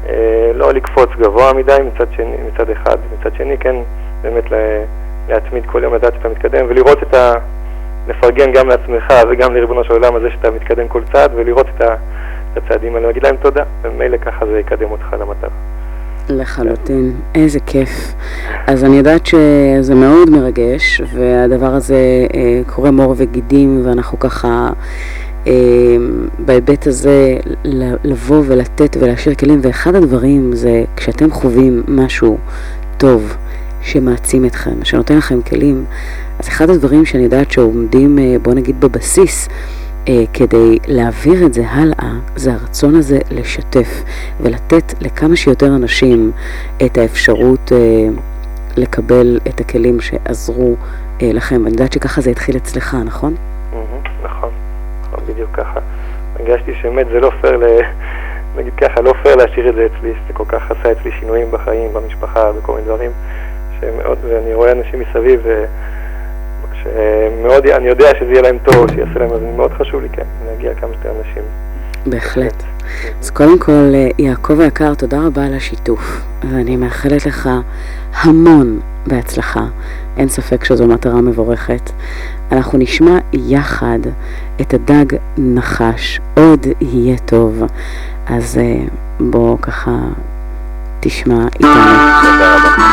S8: לא לקפוץ גבוה מדי מצד אחד, מצד שני כן באמת להתמיד כל יום, לדעת שאתה מתקדם ולראות לפרגן גם לעצמך וגם לריבונו של עולם הזה שאתה מתקדם כל צעד ולראות את הצעדים האלה, להגיד להם תודה, ומילא ככה זה יקדם אותך למטרה.
S3: לחלוטין, איזה כיף. אז אני יודעת שזה מאוד מרגש, והדבר הזה קורא מור וגידים, ואנחנו ככה בהיבט הזה לבוא ולתת ולהשאיר כלים, ואחד הדברים זה כשאתם חווים משהו טוב שמעצים אתכם, שנותן לכם כלים, אז אחד הדברים שאני יודעת שעומדים, בוא נגיד בבסיס, כדי להעביר את זה הלאה, זה הרצון הזה לשתף ולתת לכמה שיותר אנשים את האפשרות לקבל את הכלים שעזרו לכם. אני יודעת שככה זה התחיל אצלך, נכון?
S8: נכון, בדיוק ככה. הרגשתי שבאמת זה לא פייר, נגיד ככה, לא פייר להשאיר את זה אצלי, זה כל כך עשה אצלי שינויים בחיים, במשפחה, בכל מיני דברים, שמאוד, ואני רואה אנשים מסביב, שמאוד, אני יודע שזה יהיה להם טוב, שיעשה להם, אז מאוד חשוב לי, כן, להגיע כמה שיותר אנשים.
S3: בהחלט. אז קודם כל, יעקב היקר, תודה רבה על השיתוף, ואני מאחלת לך המון בהצלחה. אין ספק שזו מטרה מבורכת. אנחנו נשמע יחד את הדג נחש, עוד יהיה טוב. אז בוא ככה תשמע איתנו.
S8: תודה רבה.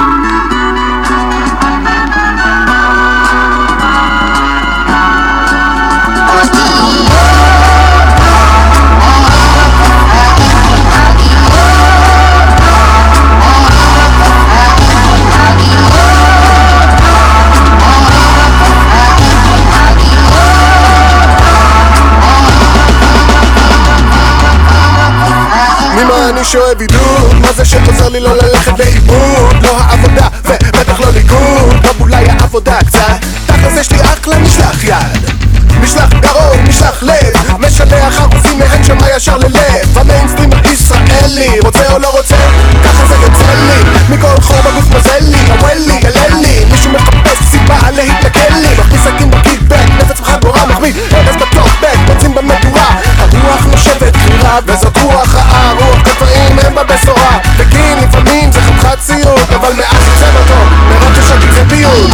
S6: אני שאוהב עידוד, מה זה שחוזר לי לא ללכת לאיבוד? לא העבודה ובטח לא ליכוד, טוב אולי העבודה קצת, תכלס יש לי אחלה משלח יד, משלח גרון, משלח לב, משלח ערוצים מהן שמה ישר ללב. המיינסטרים הישראלי, רוצה או לא רוצה, ככה זה יוצא לי, מכל חור בגוף מזל לי, הוואלי, הללי, מישהו מחפש סיבה להתנגל לי, מכניס סכין בקיטבק, נפץ וחגורה, מחמיא ארז בטופבק, מוצאים במדורה, הרוח נושבת חירה, וזאת רוח רעה, רוח כפרעים הם בבשורה, בגין לפעמים זה חתיכת ציוד, אבל מאז יצא אותו, מראות ששגיל זה פיוד.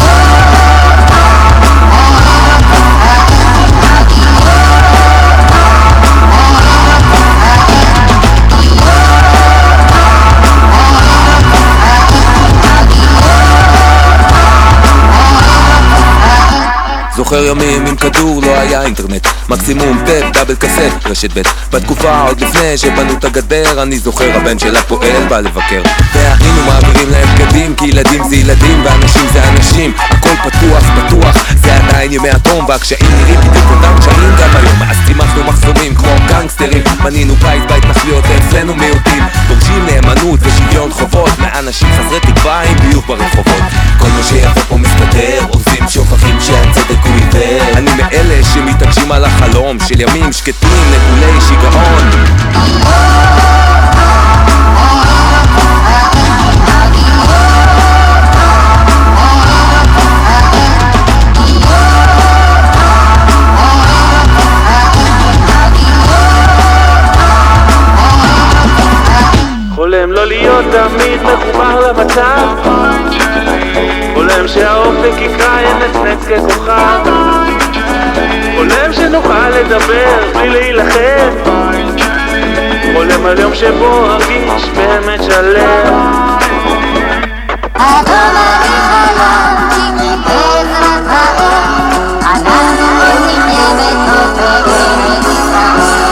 S4: זוכר ימים עם כדור, לא היה אינטרנט, מקסימום טאפ, דאבל קסט, רשת ב'. בתקופה עוד לפני שבנו את הגדר, אני זוכר הבן של הפועל בא לבקר, והיינו מעבירים להם בגדים, כי ילדים זה ילדים ואנשים זה אנשים, הכל פתוח, פתוח, זה עדיין ימי התום, והקשיים נראים בדיוק אותם קשיים גם היום. אז צימחנו מחסומים כמו גנגסטרים, בנינו בית בהתנחלויות, אצלנו מיעוטים, דורשים נאמנות ושוויון חובות לאנשים חסרי תקווה עם ביוב ברחובות. כל מה שיפה פה מסתדר, עושים שוכחים שהצדק הוא עיוור. אני מאלה שמתעקשים על החלום של ימים שקטים נטולי שיגעון.
S9: חולם לא להיות תמיד מחובר למצב, חולם שהאופק יקרא ינצנץ ככוכב, חולם שנוכל לדבר בלי להילחם, חולם על יום שבו ארגיש באמת שלם.
S10: אדום אני חלמתי בעזרת האור, אנחנו נלחמת ופגרת ישראל.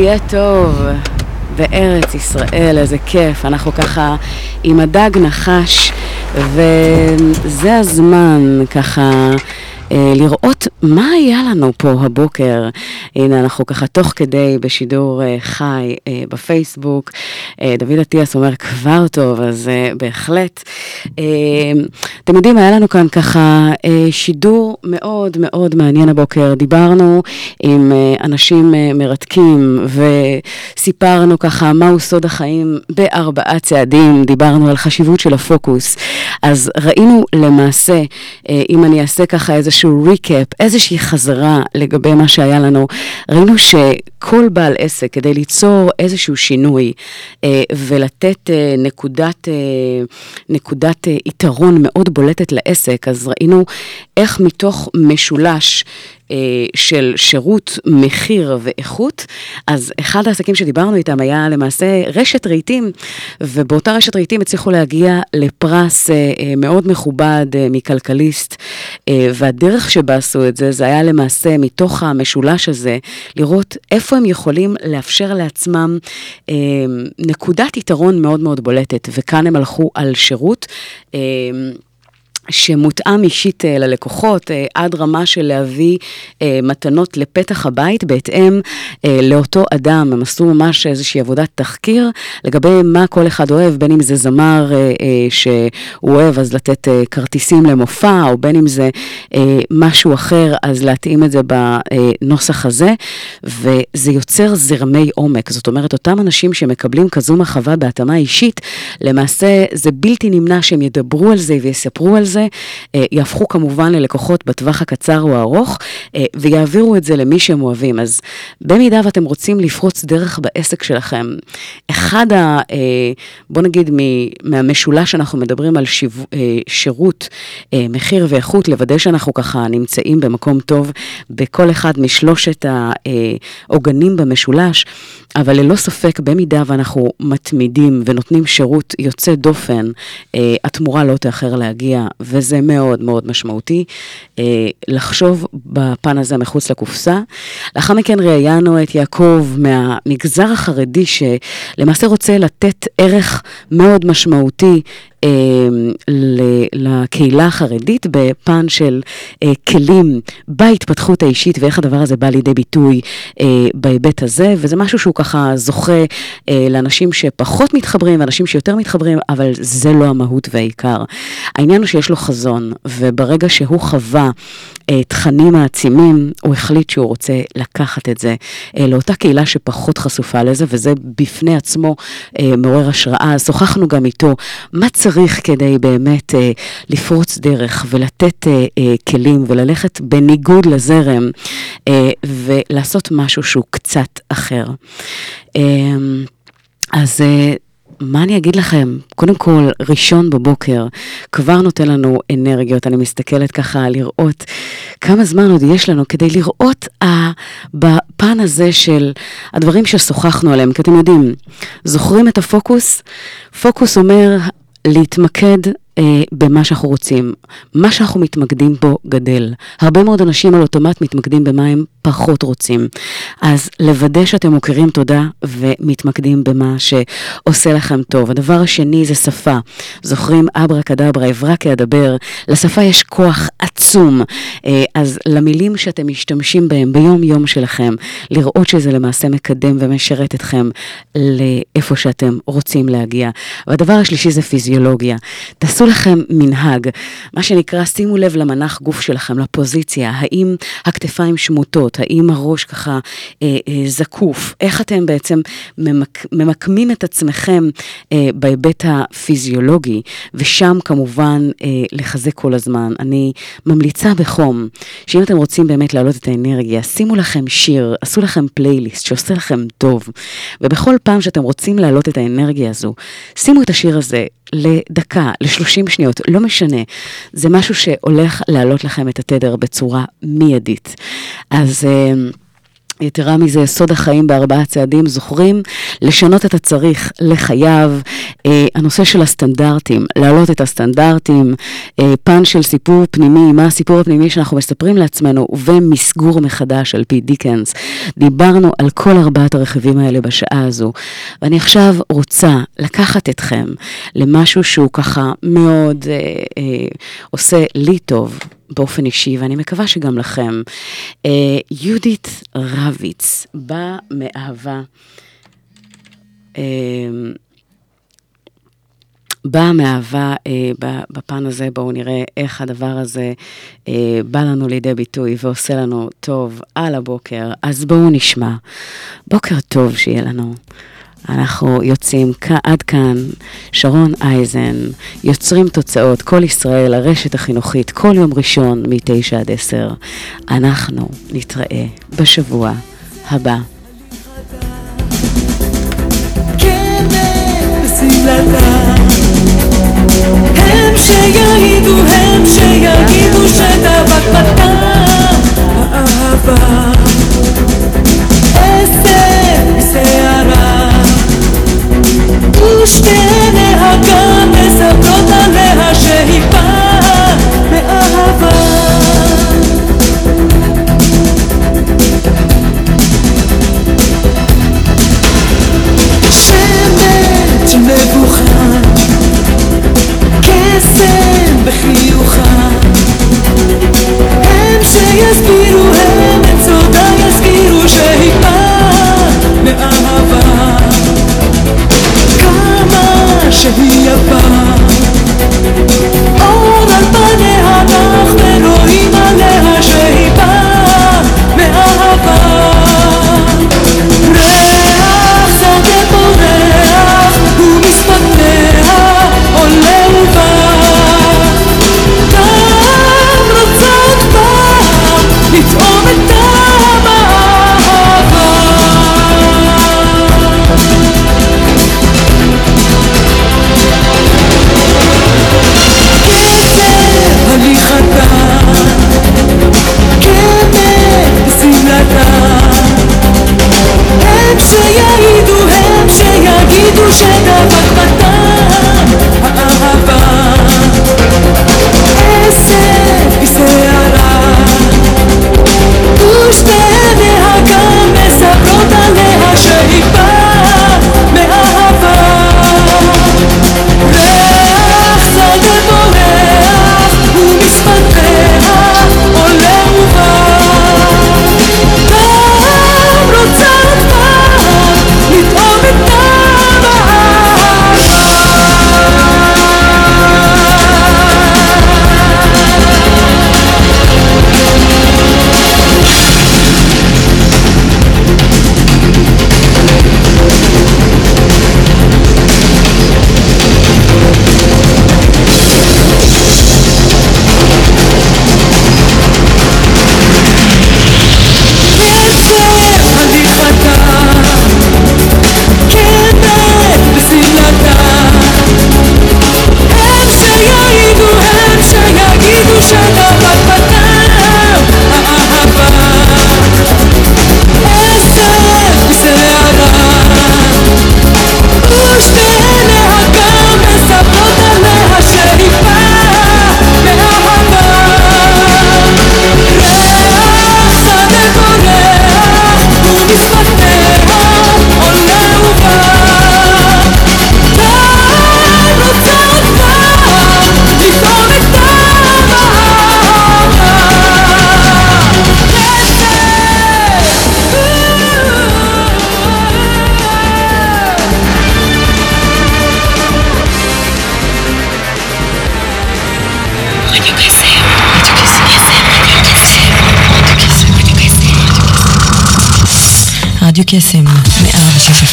S3: יהיה טוב בארץ ישראל, איזה כיף. אנחנו ככה עם הדג נחש, וזה הזמן ככה לראות מה היה לנו פה הבוקר. הנה אנחנו ככה תוך כדי בשידור חי בפייסבוק. דוד אטיאס אומר כבר טוב, אז בהחלט. אתם יודעים, היה לנו כאן ככה שידור מאוד מאוד מעניין הבוקר. דיברנו עם אנשים מרתקים וסיפרנו ככה מהו סוד החיים ב4 צעדים. דיברנו על חשיבות של הפוקוס. אז ראינו למעשה, אם אני אעשה ככה איזשהו ריקאפ, איזושהי חזרה לגבי מה שהיה לנו, ראינו שכל בעל עסק כדי ליצור איזשהו שינוי ולתת נקודת יתרון מאוד בולטת לעסק, אז ראינו איך מתוך משולש של שירות, מחיר ואיכות, אז אחד העסקים שדיברנו איתם היה למעשה רשת רהיטים, ובאותה רשת רהיטים הצליחו להגיע לפרס מאוד מכובד מכלכליסט, והדרך שבה עשו את זה, זה היה למעשה מתוך המשולש הזה, לראות איפה הם יכולים לאפשר לעצמם נקודת יתרון מאוד מאוד בולטת, וכאן הם הלכו על שירות, שמותאם אישית ללקוחות, עד רמה של להביא מתנות לפתח הבית, בהתאם לאותו אדם. הם עשו ממש איזושהי עבודת תחקיר, לגבי מה כל אחד אוהב, בין אם זה זמר שהוא אוהב, אז לתת כרטיסים למופע, או בין אם זה משהו אחר, אז להתאים את זה בנוסח הזה, וזה יוצר זרמי עומק. זאת אומרת, אותם אנשים שמקבלים כזו מחווה בהתאמה אישית, למעשה זה בלתי נמנע שהם ידברו על זה ויספרו על זה, יהפכו כמובן ללקוחות בטווח הקצר או הארוך, ויעבירו את זה למי שהם אוהבים. אז במידה ואתם רוצים לפרוץ דרך בעסק שלכם, אחד בוא נגיד מהמשולש שאנחנו מדברים על שירות, מחיר ואיכות, לוודא שאנחנו ככה נמצאים במקום טוב בכל אחד משלושת העוגנים במשולש, אבל ללא ספק במידה ואנחנו מתמידים ונותנים שירות יוצא דופן, התמורה לא תאחר להגיע, וזה מאוד מאוד משמעותי, לחשוב בפן הזה מחוץ לקופסה. לאחר מכן ראיינו את יעקב מהמגזר החרדי, שלמעשה רוצה לתת ערך מאוד משמעותי לקהילה החרדית בפן של כלים בהתפתחות האישית, ואיך הדבר הזה בא לידי ביטוי בהיבט הזה, וזה משהו שהוא ככה זוכה לאנשים שפחות מתחברים ואנשים שיותר מתחברים, אבל זה לא המהות והעיקר. העניין הוא שיש לו חזון, וברגע שהוא חווה תכנים העצימים, הוא החליט שהוא רוצה לקחת את זה לאותה קהילה שפחות חשופה לזה, וזה בפני עצמו מעורר השראה. שוחחנו גם איתו מה צריך כדי באמת לפרוץ דרך ולתת כלים וללכת בניגוד לזרם ולעשות משהו שהוא קצת אחר. אז מה אני אגיד לכם? קודם כל, ראשון בבוקר כבר נותן לנו אנרגיות. אני מסתכלת ככה לראות כמה זמן עוד יש לנו כדי לראות בפן הזה של הדברים ששוחחנו עליהם. כי אתם יודעים, זוכרים את הפוקוס? פוקוס אומר להתמקד במה שאנחנו רוצים. מה שאנחנו מתמקדים בו גדל. הרבה מאוד אנשים על אוטומט מתמקדים במה הם פחות רוצים. אז לוודא שאתם מוכרים תודה ומתמקדים במה שעושה לכם טוב. הדבר השני זה שפה. זוכרים אברה קדברה, אברה כאדבר. לשפה יש כוח עצום. אז למילים שאתם משתמשים בהם ביום יום שלכם, לראות שזה למעשה מקדם ומשרת אתכם לאיפה שאתם רוצים להגיע. והדבר השלישי זה פיזיולוגיה. תעשו לכם מנהג, מה שנקרא, שימו לב למנח גוף שלכם, לפוזיציה, האם הכתפיים שמוטות, האם הראש ככה זקוף, איך אתם בעצם ממקמים את עצמכם בהיבט הפיזיולוגי, ושם כמובן לחזק כל הזמן. אני ממליצה בחום, שאם אתם רוצים באמת להעלות את האנרגיה, שימו לכם שיר, עשו לכם פלייליסט שעושה לכם טוב, ובכל פעם שאתם רוצים להעלות את האנרגיה הזו, שימו את השיר הזה לדקה, ל30 שניות, לא משנה. זה משהו שהולך להעלות לכם את התדר בצורה מיידית. אז יתרה מזה, סוד החיים ב4 צעדים, זוכרים? לשנות את הצריך לחייו, הנושא של הסטנדרטים, להעלות את הסטנדרטים, פן של סיפור פנימי, מה הסיפור הפנימי שאנחנו מספרים לעצמנו, ומסגור מחדש על פי דיקנס. דיברנו על כל 4 הרכיבים האלה בשעה הזו, ואני עכשיו רוצה לקחת אתכם למשהו שהוא ככה מאוד עושה לי טוב, באופן אישי, ואני מקווה שגם לכם. יהודית רביץ, באה מאהבה, בפן הזה, בואו נראה איך הדבר הזה בא לנו לידי ביטוי, ועושה לנו טוב על הבוקר. אז בואו נשמע. בוקר טוב שיהיה לנו. אנחנו יוצאים עד כאן, שרון אייזן, יוצרים תוצאות, כל ישראל, הרשת החינוכית, כל יום ראשון מ-9 עד 10. אנחנו נתראה בשבוע הבא.
S11: הם שיגידו שדבק בטעם האהבה עשר משערה ושתי נהגה מספרות עליה שהיא באה מאהבה שמץ של מבוכה קסם בחיוכה הם שיסבירו הם את סודה יזכירו שהיא באה מאהבה כמה שהיא יפה אור על פניה לך ורואים עליה שהיא באה מאהבה ריח שדה פורח ומשפתיה עולה ובא גם רוצה עוד פעם לטעום את שיגידו שדבק בטעם האהבה עשב בשערה ושתי נהגה מספרות עליה שהיא באה מאהבה ריח שדה בורח ומשפתיה עולה ובא גם רוצה עוד פעם לטעום את
S1: רדיו קסם 106